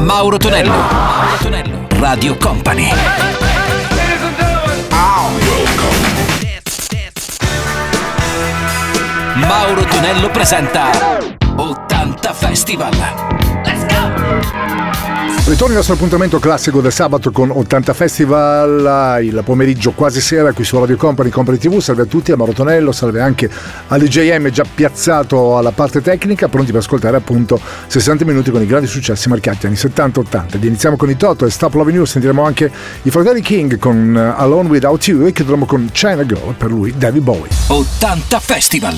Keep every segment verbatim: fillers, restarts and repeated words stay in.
Mauro Tonello. Mauro Tonello. Radio Company. Mauro Tonello presenta ottanta Festival. Let's go! Ritorno il nostro appuntamento classico del sabato con ottanta Festival, il pomeriggio quasi sera qui su Radio Company, Company tivù. Salve a tutti, a Mauro Tonello, salve anche a D J M già piazzato alla parte tecnica, pronti per ascoltare appunto sessanta minuti con i grandi successi marcati anni settanta ottanta. Ed iniziamo con i Toto e Stop Loving You, sentiremo anche i fratelli King con Alone Without You e chiuderemo con China Girl, per lui David Bowie. ottanta Festival.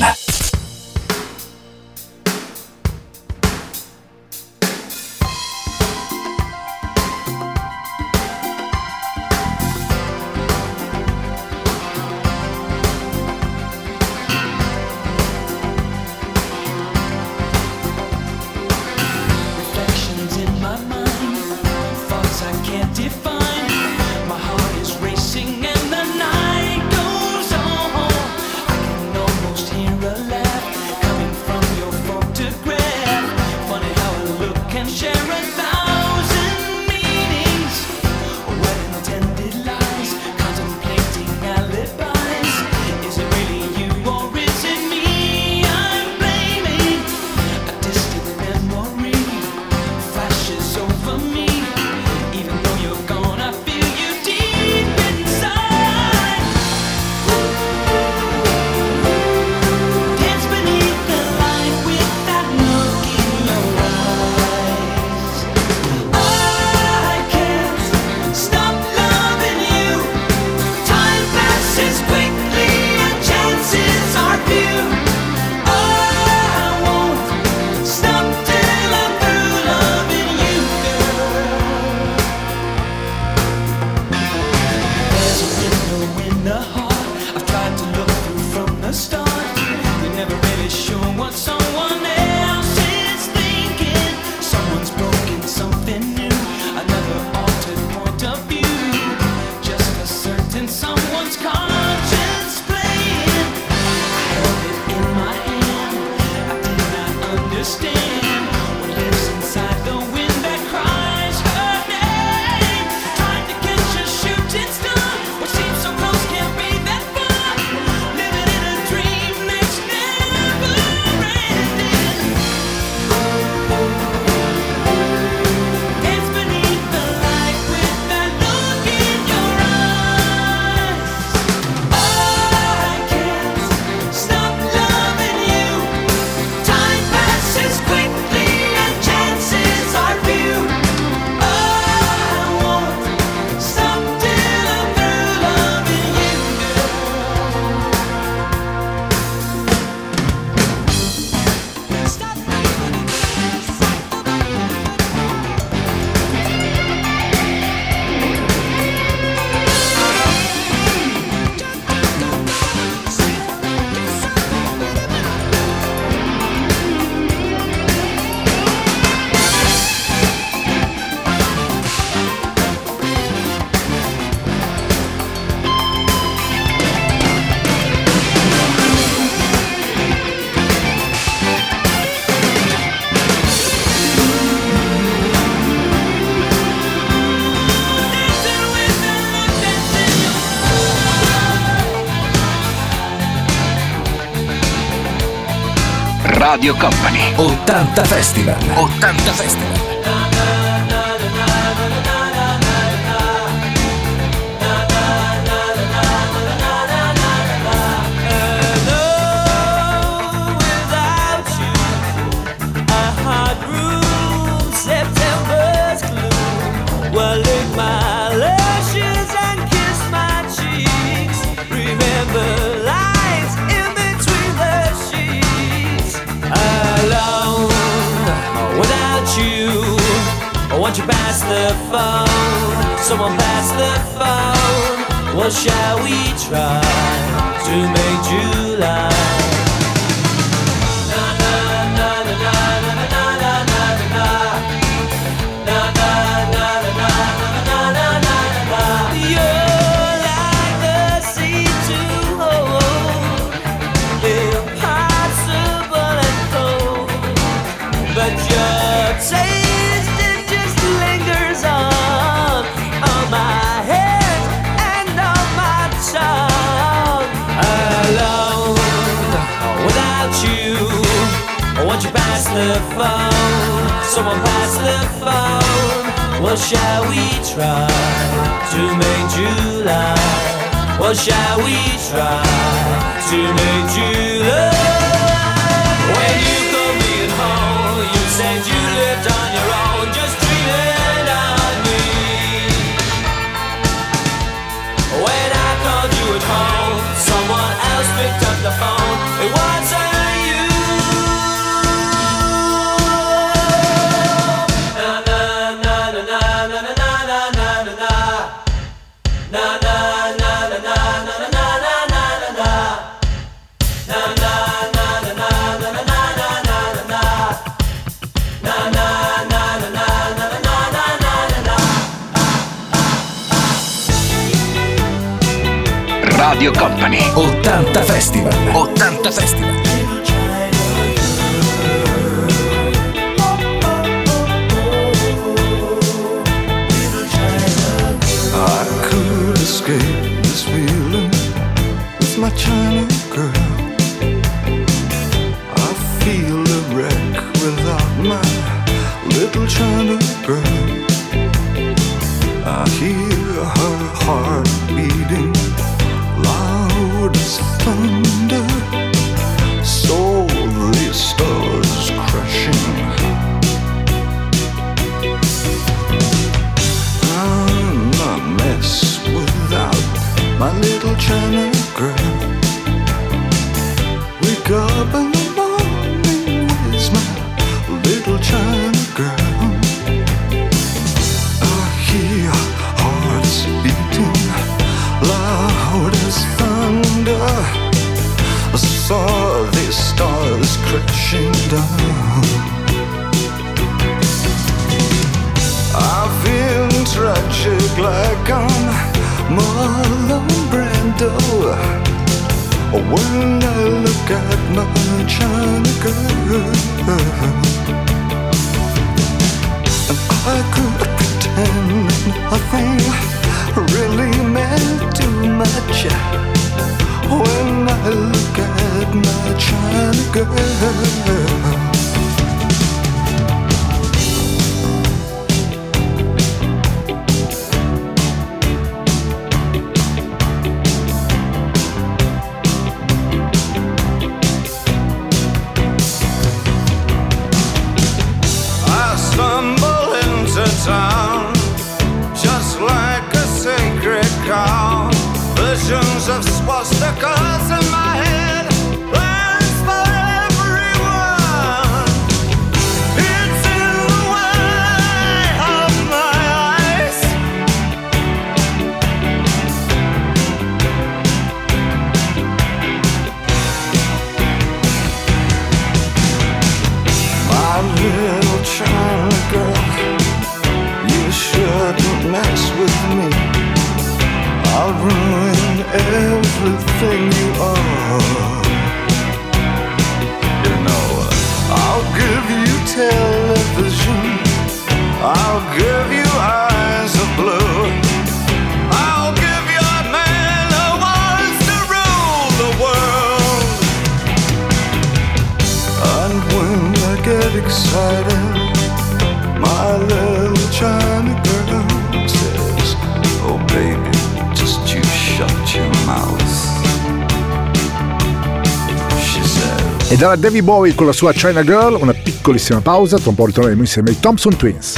Radio Company. ottanta Festival. ottanta Festival. Won't you pass the phone? Someone pass the phone. What shall we try to make July? Na na na na na na na na na na na na na na na na. You're like the sea to hold, impossible and cold, but your taste is just the phone. Someone pass the phone. What shall we try to make July? What shall we try to make July? When you come in home, you said you lived on your own, just dreaming on me. When I called you at home, someone else picked up the phone. It wasn't you. Na na na na na na na na na na na na na. Radio Company ottanta Festival. ottanta Festival. I could escape this feeling with my China girl. I feel a wreck without my little China girl. I hear her heart beating loud as thunder, so the stars crashing. I'm a mess without my little China girl. Wake up in the morning, where's my little China girl? I hear hearts beating loud as thunder, I saw these stars crashing down. I feel tragic like I'm Marlon Brando when I look at my China girl. And I could pretend nothing really meant too much when I look at my China girl. I stumble into town just like a sacred cow. Visions of swastikas in my head, plans for everyone. It's in the way of my eyes. My little China girl, you shouldn't mess with me. I'll ruin everything you are. You know, I'll give you television, I'll give you eyes of blue, I'll give you a man who wants to rule the world. And when I get excited, my little China girl says, oh baby, just you shut your mouth. She said. E dalla David Bowie con la sua China Girl, una piccolissima pausa, tra un po' ritorneremo insieme ai Thompson Twins.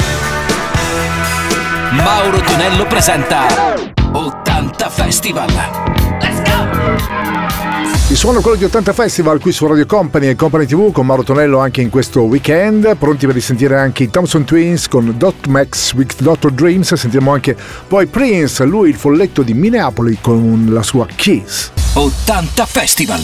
Mauro Tonello presenta ottanta Festival. Let's go! Il suono è quello di ottanta Festival qui su Radio Company e Company tivù con Mauro Tonello anche in questo weekend, pronti per risentire anche i Thompson Twins con Dot Max with Doctor Dreams. Sentiremo anche poi Prince, lui il folletto di Minneapolis con la sua Kiss. ottanta Festival.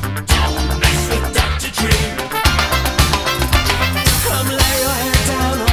Come lay your head down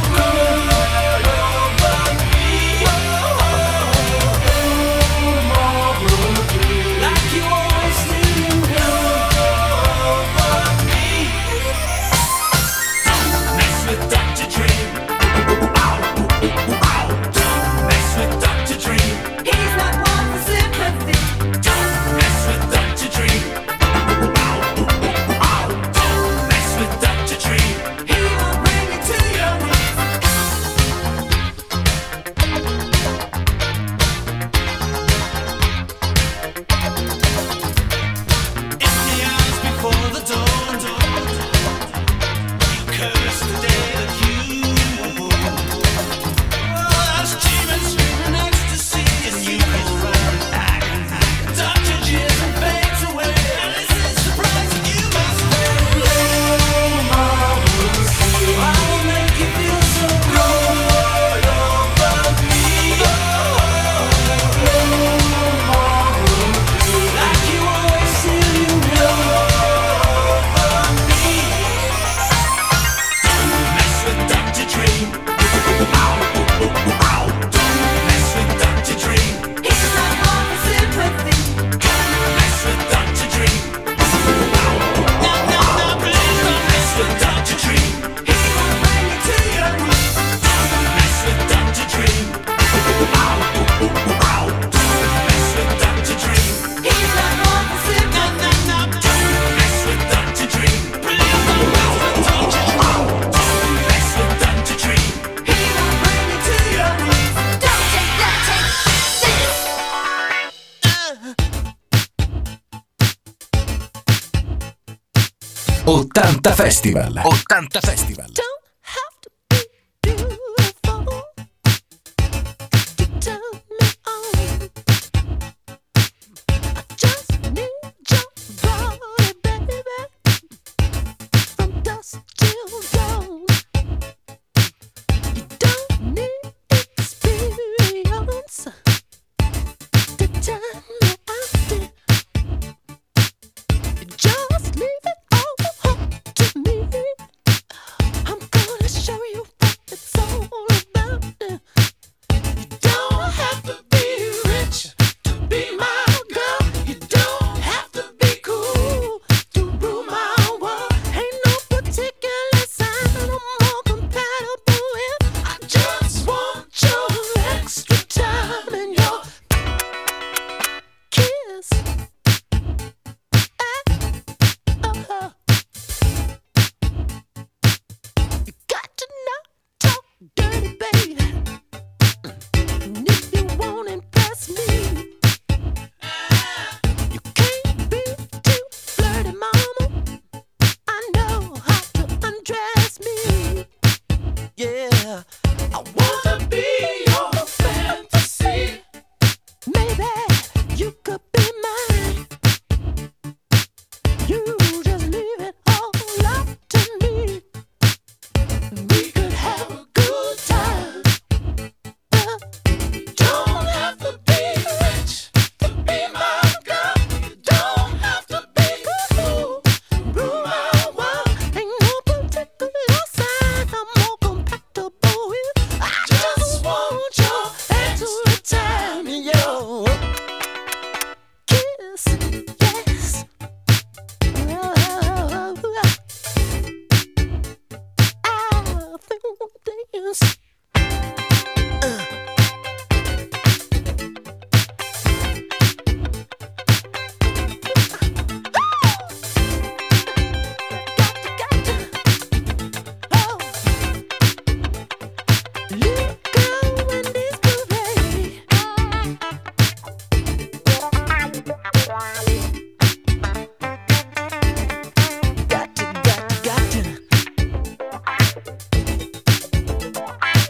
ottanta Festival. ottanta Festival. Don't have to be beautiful to turn me on. I just need your body, baby, from dusk till dawn. You don't need experience to turn me on. You just leave it all up to me. I'm gonna show you what it's all about. You don't have to be rich to be my girl. You don't have to be cool to rule my world. Ain't no particular sign I'm more compatible with. I just want your extra time and your kiss. Uh-huh. You got to not talk dirty, baby. And if you won't impress me, you can't be too flirty, mama. I know how to undress me. Yeah, I wanna be your fantasy. Maybe you could be mine. You just leave it all up to me. We could have a good time. Uh, don't have to be rich to be my girl. You don't have to be cool, rule my world. Ain't no particular sign I'm more compatible with. I just want your extra time and your kiss. Yes. I think this. Got to, got to, got to.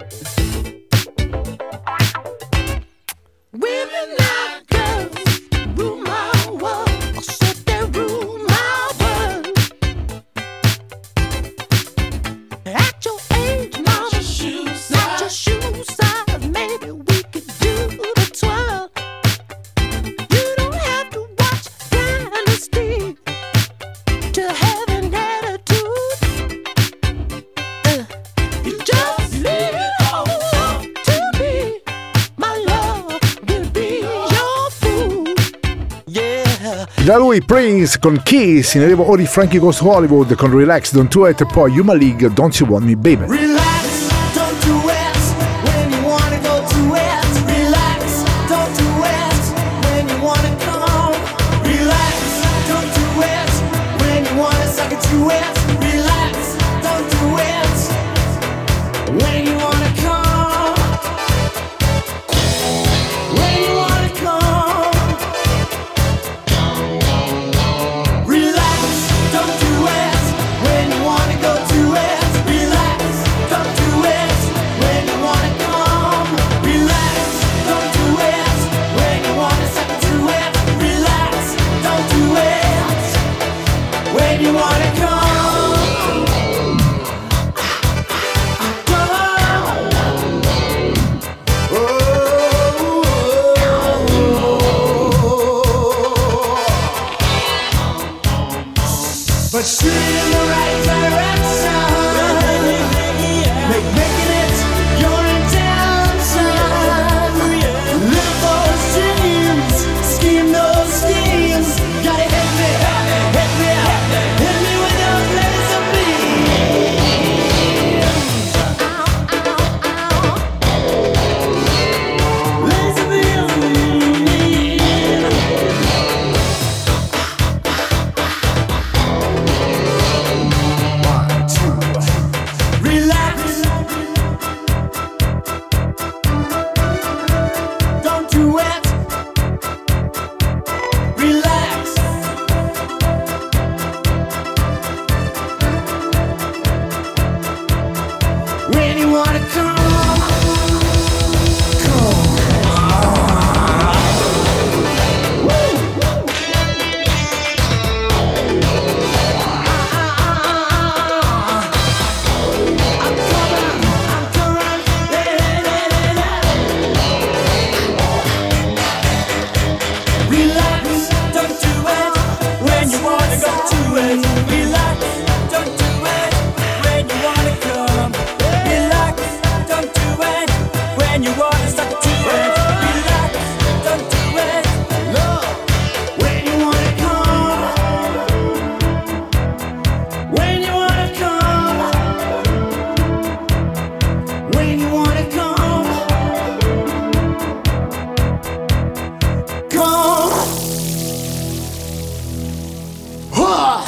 Da lui Prince con Kiss, in arrivo ora di Frankie Goes to Hollywood con Relax, Don't Do It, e poi Yuma League, Don't You Want Me Baby. Relax, don't do it when you wanna go to it. Relax, don't do it when you wanna come. Relax, don't do it when you wanna suck it to it. Relax, don't do it when you wanna come. When you wanna come. Relax, don't do it when you wanna go to it. Relax, don't do it when you wanna come. Relax, don't do it when you wanna suck it to it. Relax, don't do it when you wanna come. But shoot in the right direction. Make making it your intention. Live those dreams, scheme those schemes. Gotta hit me, hit me, hit me with those laser beams. Laser beams. Relax, don't do it. Relax. When you wanna come, come. I'm coming, I'm coming, relax, don't do it when you wanna go to it. Relax, don't do it when you wanna come. Relax, don't do it when you wanna suck it to it. Relax, don't do it, love, when you wanna come. When you wanna come. When you wanna come, come. Huh.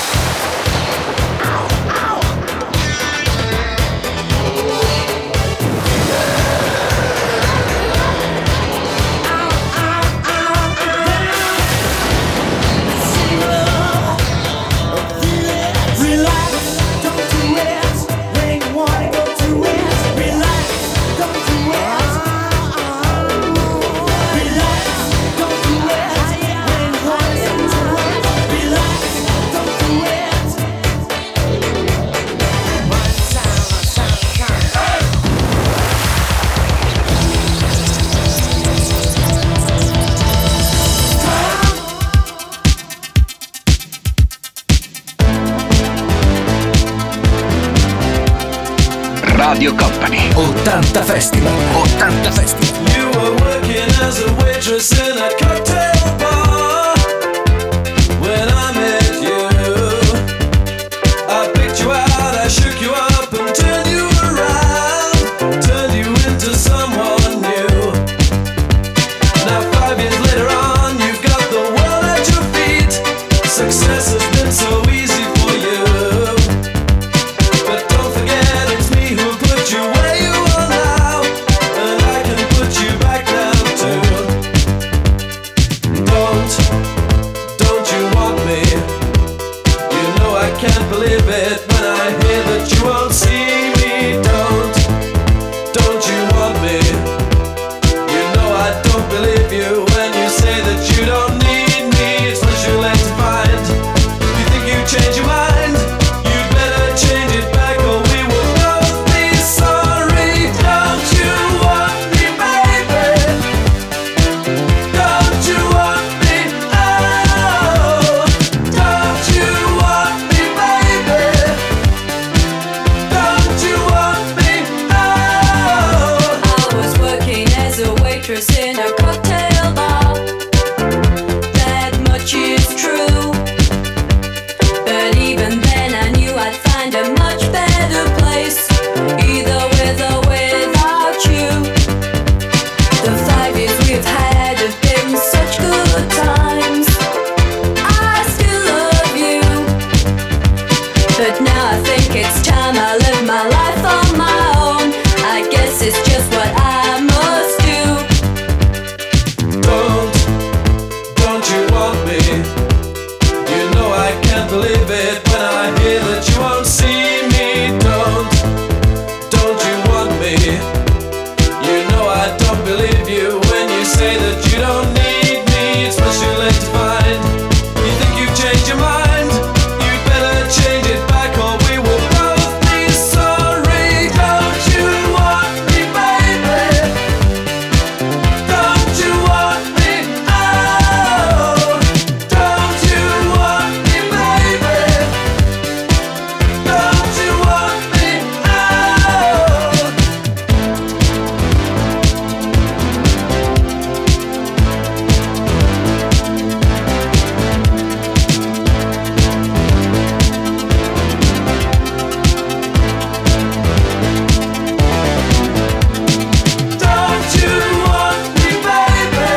Relax, don't do it when you wanna go to it. Relax, don't do it. Relax, don't do it when you wanna go to it. Relax, don't do it. One time, one time, one time. Radio Company ottanta Festival. ottanta Festival. You were working as a waitress in a cocktail bar when I met you. I picked you out, I shook you up and turned you around, turned you into someone new. Now five years later on, you've got the world at your feet. Success has been so easy for you. But don't forget it's me who put you where you are now, and I can put you back down too. Don't This is just what I must do. Don't, don't you want me? You know I can't believe it when I hear that you won't see me. Don't, don't you want me? You know I don't believe you when you say that you don't need me. It's much too late to find. You think you've changed your mind? You'd better change it back or we will both be sorry. Don't you want me, baby? Don't you want me? Oh, don't you want me, baby? Don't you want me? Oh. Don't you want me, baby?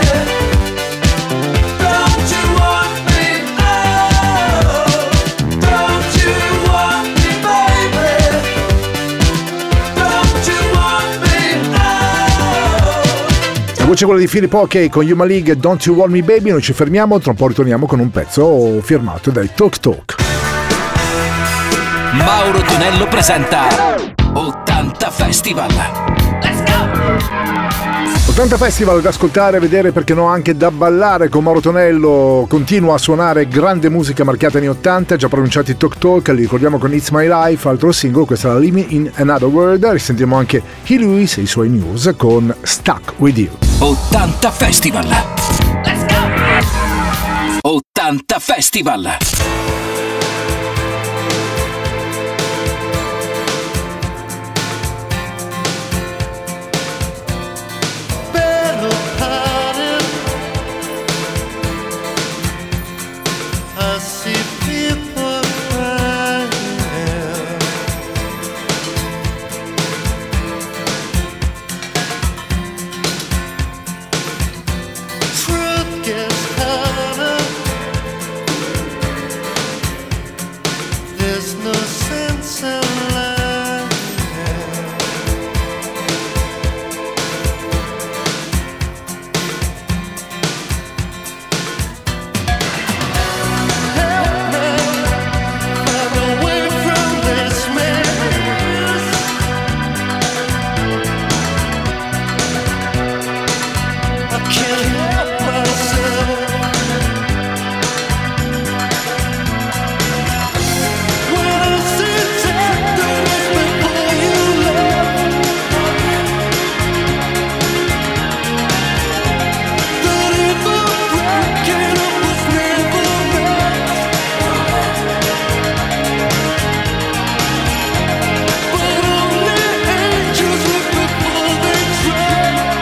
Don't you want me? Oh, don't you want me, baby? Don't you want me? Oh. La voce è quella di Filippo Ok con Yuma League, Don't You Want Me Baby. Noi ci fermiamo, tra un po' ritorniamo con un pezzo firmato dai Talk Talk. Mauro Tonello presenta ottanta Festival. Let's go! ottanta Festival da ascoltare, vedere, perché no anche da ballare con Mauro Tonello. Continua a suonare grande musica marchiata anni ottanta, già pronunciati Talk Talk, li ricordiamo con It's My Life, altro singolo, questa è la Living in Another World. Risentiamo anche He Lewis e i suoi news con Stuck With You. ottanta Festival. Let's go! ottanta Festival. Better hiding. I see people crying. Truth gets harder. There's no sense in lying. Away from this mess. I can't help myself. When I see tenderness before you left, that evil breaking up was never meant. But only angels look before they tread.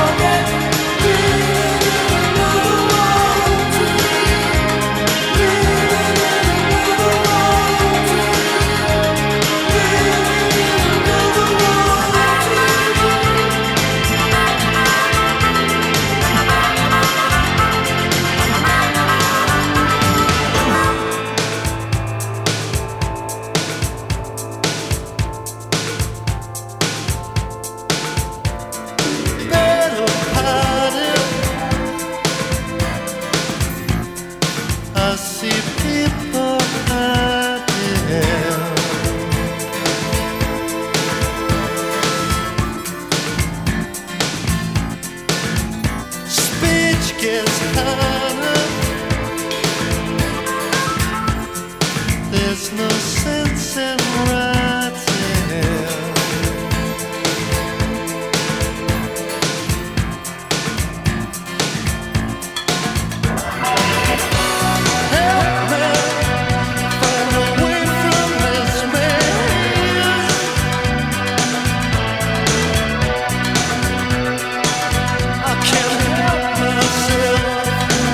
Better hiding. I see people hiding. Speech gets harder. There's no sense in writing. Help me find a way from this mess. I can't help myself.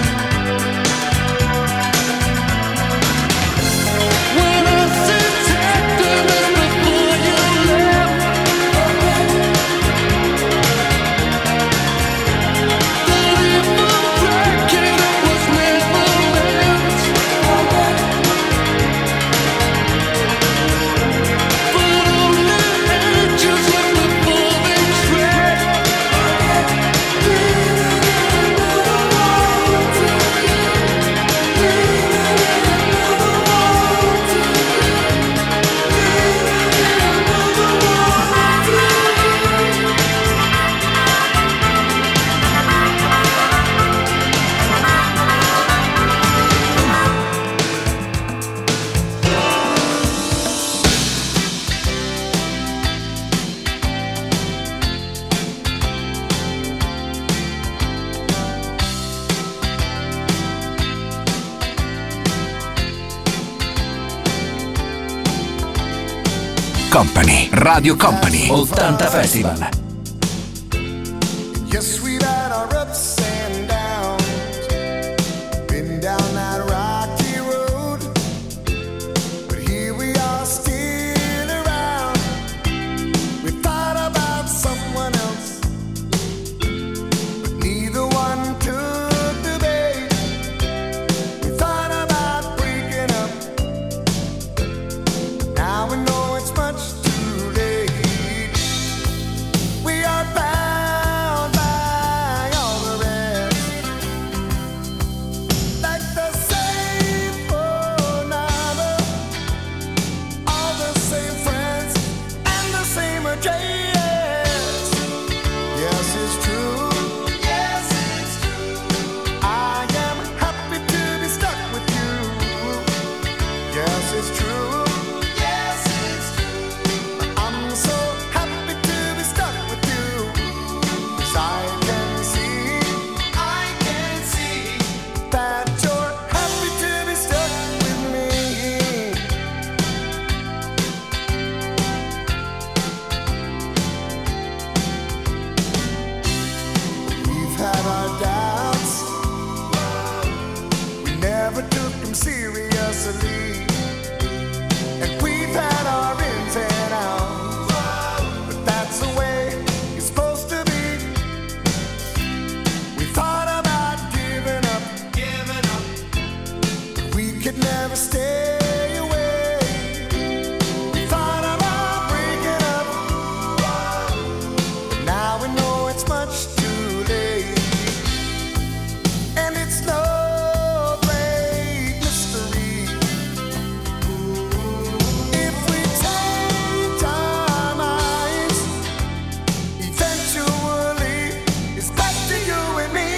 Company, Radio Company, ottanta Festival. Yes, we've had our ups and downs, been down that rocky road, but here we are still around. We thought about someone else, but neither one took the bait. We thought about breaking up, now we know it's much too late. We are bound by all the rest, like the same phone number, all the same friends, and the same address. Yes, it's true. Yes, it's true. I am happy to be stuck with you. Yes, it's true. Yes, it's true. I'm so happy to be stuck with you. 'Cause I can see, I can see that you're happy to be stuck with me. We've had our doubts, we never took them seriously, and we've had our ins and outs, but that's the way it's supposed to be. We thought about giving up, giving up, but we could never stay away. We thought about breaking up, but now we know it's much too late. And it's no great mystery if we change our minds. Eventually, it's back to you and me.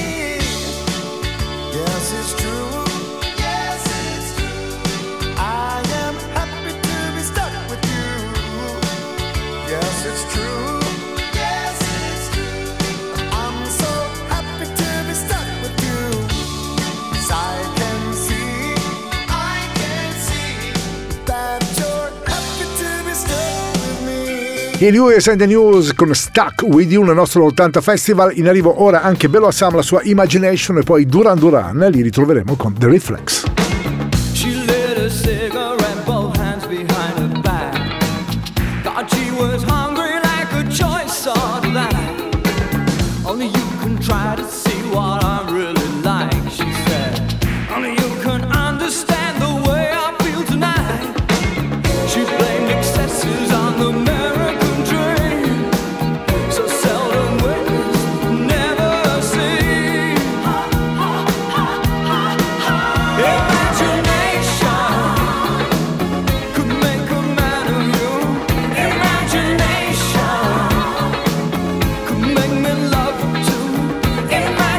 Yes, it's true. Yes, it's true. I am happy to be stuck with you. Yes, it's true. Yes, it's true. I'm so happy to be stuck with you. 'Cause I can see, I can see that you're happy to be stuck with me. E lui è the News con Stuck With You nel nostro ottanta Festival. In arrivo ora anche Bello Assam, la sua Imagination, e poi Duran Duran li ritroveremo con The Reflex. She lit a cigarette, both hands behind her back. Thought she was hungry like a choice of that. Only you can try to see what I'm really like, she said. Only you can understand the way I feel tonight. She blamed excesses on the American dream. So seldom witnessed, never seen. Imagination could make a man of you. Imagination could make me love you too. Imagination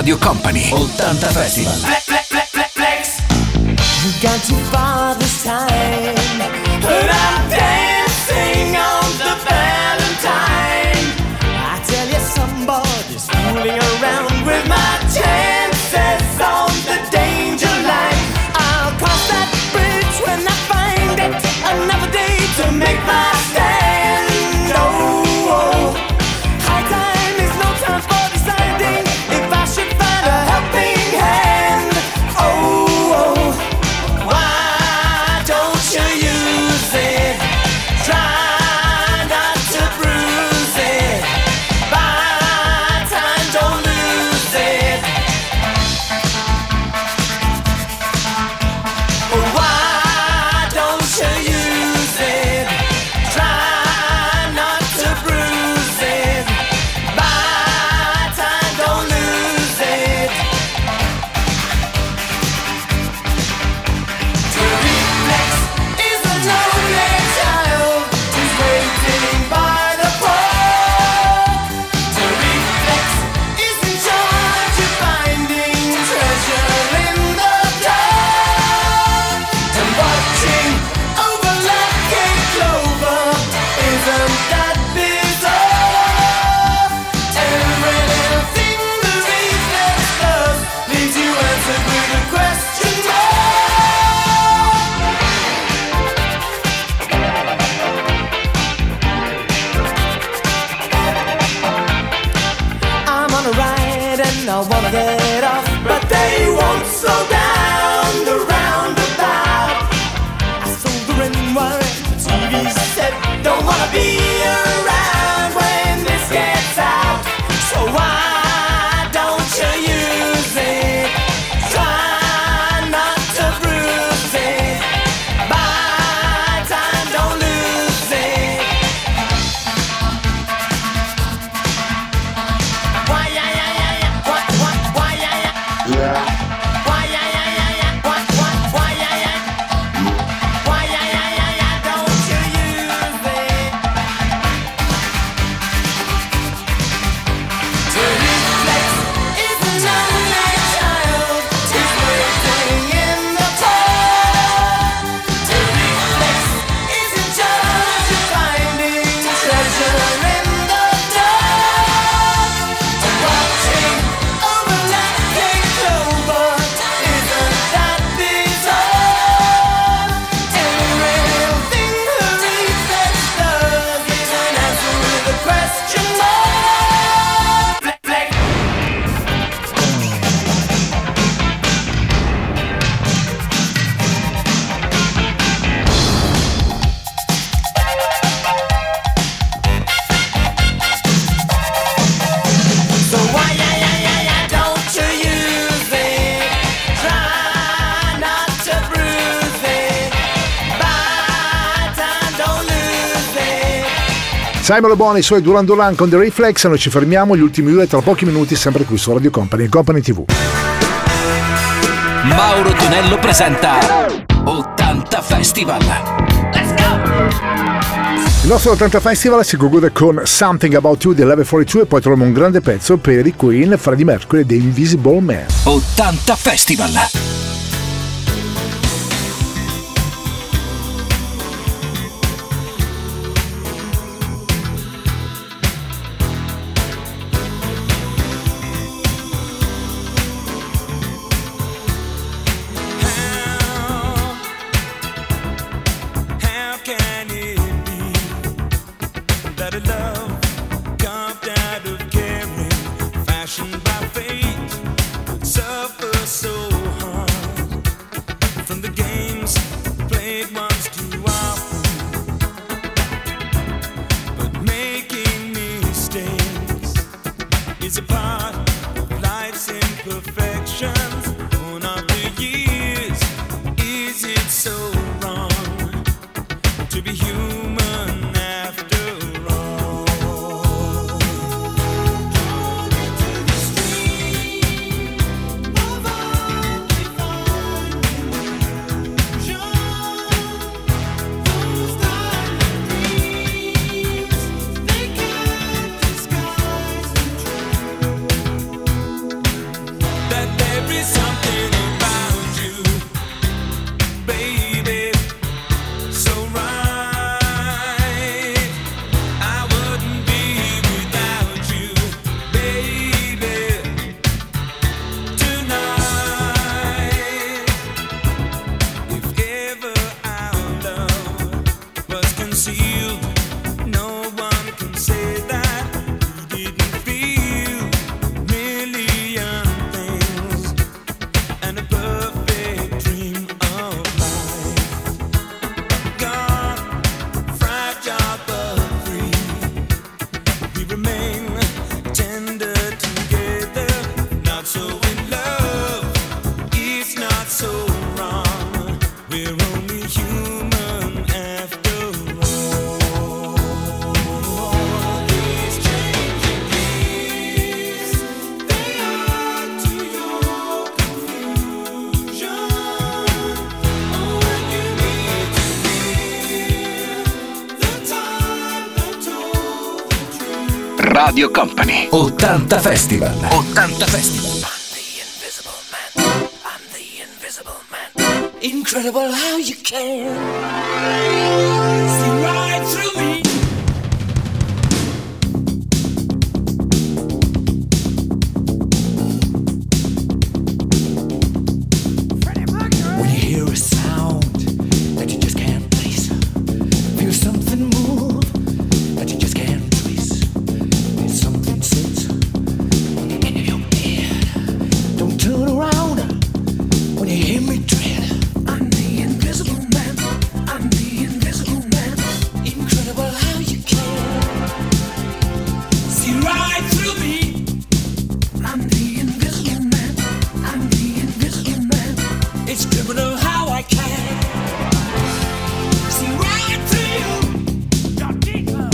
Radio Company. ottanta Festival. We've gone too far this time, but I'm dancing on the Valentine. I tell you, somebody's fooling around with my chances on the danger line. I'll cross that bridge when I find it. Another day to make my stand. Oh, oh. High time is no time for deciding if I should find a helping hand. Oh, oh. Why don't you use it? Try not to bruise it. Buy time, don't lose it. Why don't you use it? Try not to bruise it. Buy time, don't lose it. To reflex is a lonely child who's waiting by the pole. To reflex is in charge of finding treasure in the dark. And watching over lucky clover, isn't that bizarre? Every little thing the reflex does leaves you answered with a question mark. I'm on a ride and I wanna get off, but they won't slow down the roundabout. I sold the ring wire, the T V set, don't wanna be around when this gets out. So why don't you use it? Try not to bruise it. Buy time, don't lose it. Why, yeah, yeah, yeah, yeah. Why, why, why, yeah, yeah. Why, yeah, yeah, yeah, yeah. Why, why, why, yeah, yeah. Why, yeah, yeah, yeah, yeah. Don't you use it? To reflex is a lonely child who's waiting in the cold. To reflex is in charge of finding treasure in the dark. And watching over lucky clover, isn't that bizarre? Every little thing the reflex does is an answer with a question mark. Flex, flex. So why, yeah, yeah, yeah, yeah, don't you use it? Try not to bruise it. Buy time, don't lose it. Simon Le Bon e i suoi Duran Duran con The Reflex. Noi ci fermiamo, gli ultimi due tra pochi minuti, sempre qui su Radio Company e Company tivù. Mauro Tonello presenta ottanta Festival. Let's go! Il nostro ottanta Festival si conclude con Something About You del Level quarantadue e poi troviamo un grande pezzo per i Queen, Freddie Mercury e The Invisible Man. ottanta Festival. How can it be that a love carved out of caring, fashioned by fate, would suffer so hard? Radio Company. ottanta Festival. ottanta Festival. Incredible how you can see right through me. When you hear a sound that you just can't place, feel something move that you just can't trace, feel something sit on the end of your bed. Don't turn around when you hear me tread. I'm the invisible man. I'm the invisible man. Incredible how you can see right through me. I'm the invisible man. I'm the invisible man. It's criminal how I can see right through you. You're deeper.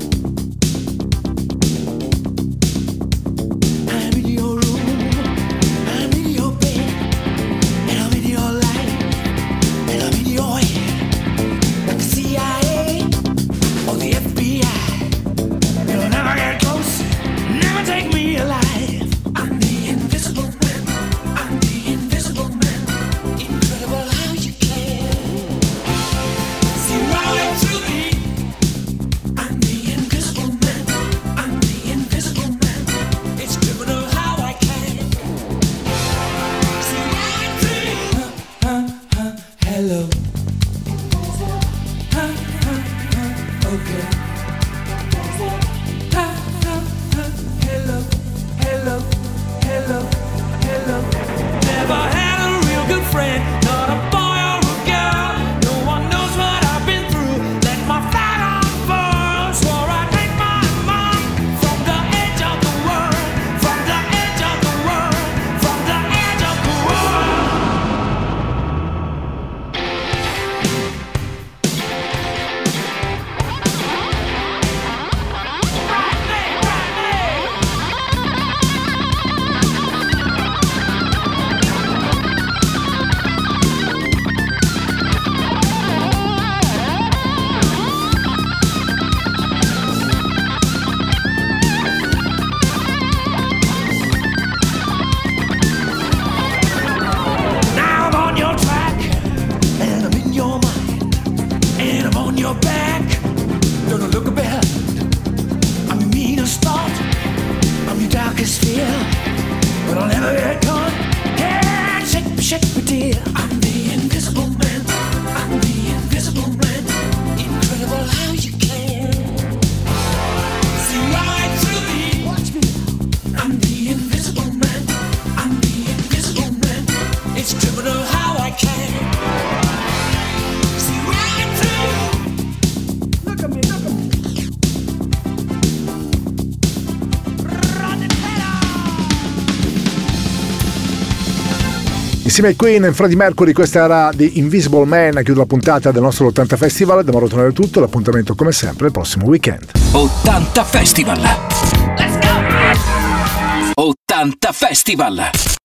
I'm in your room. I'm in your bed. And I'm in your life. And I'm in your head. Like the C I A or the F B I. You'll never get close. Never take me alive. I'm the invisible man. I'm the invisible man. Incredible how you can see right through me. I'm the invisible man. I'm the invisible man. It's criminal how I can see right through you. Huh, huh, huh, hello. Huh, huh, huh, okay. Huh, huh, huh, hello, hello, hello, hello. Never had a real good friend, not a boy or a girl. No one knows what I've been through. Let my flag unfurl. Swore I'd make my mark from the edge of the world, from the edge of the world, from the edge of the world. Now I'm on your track, and I'm in your mind, and I'm on your back. Don't look behind. I'm your meanest thought, I'm your darkest fear, but I'll never get caught. Yeah, shake me, shake me, dear. I'm the invisible man. I'm the invisible man. Incredible how you can see right through me. Watch me. I'm the invisible man. I'm the invisible man. It's criminal how I can see right through you. Look at me, look at me. Insieme ai Queen e Freddie Mercury, questa era The Invisible Man, chiude la puntata del nostro ottanta Festival. Da Mauro Tonello è tutto, l'appuntamento come sempre il prossimo weekend. ottanta Festival. Let's go! ottanta Festival.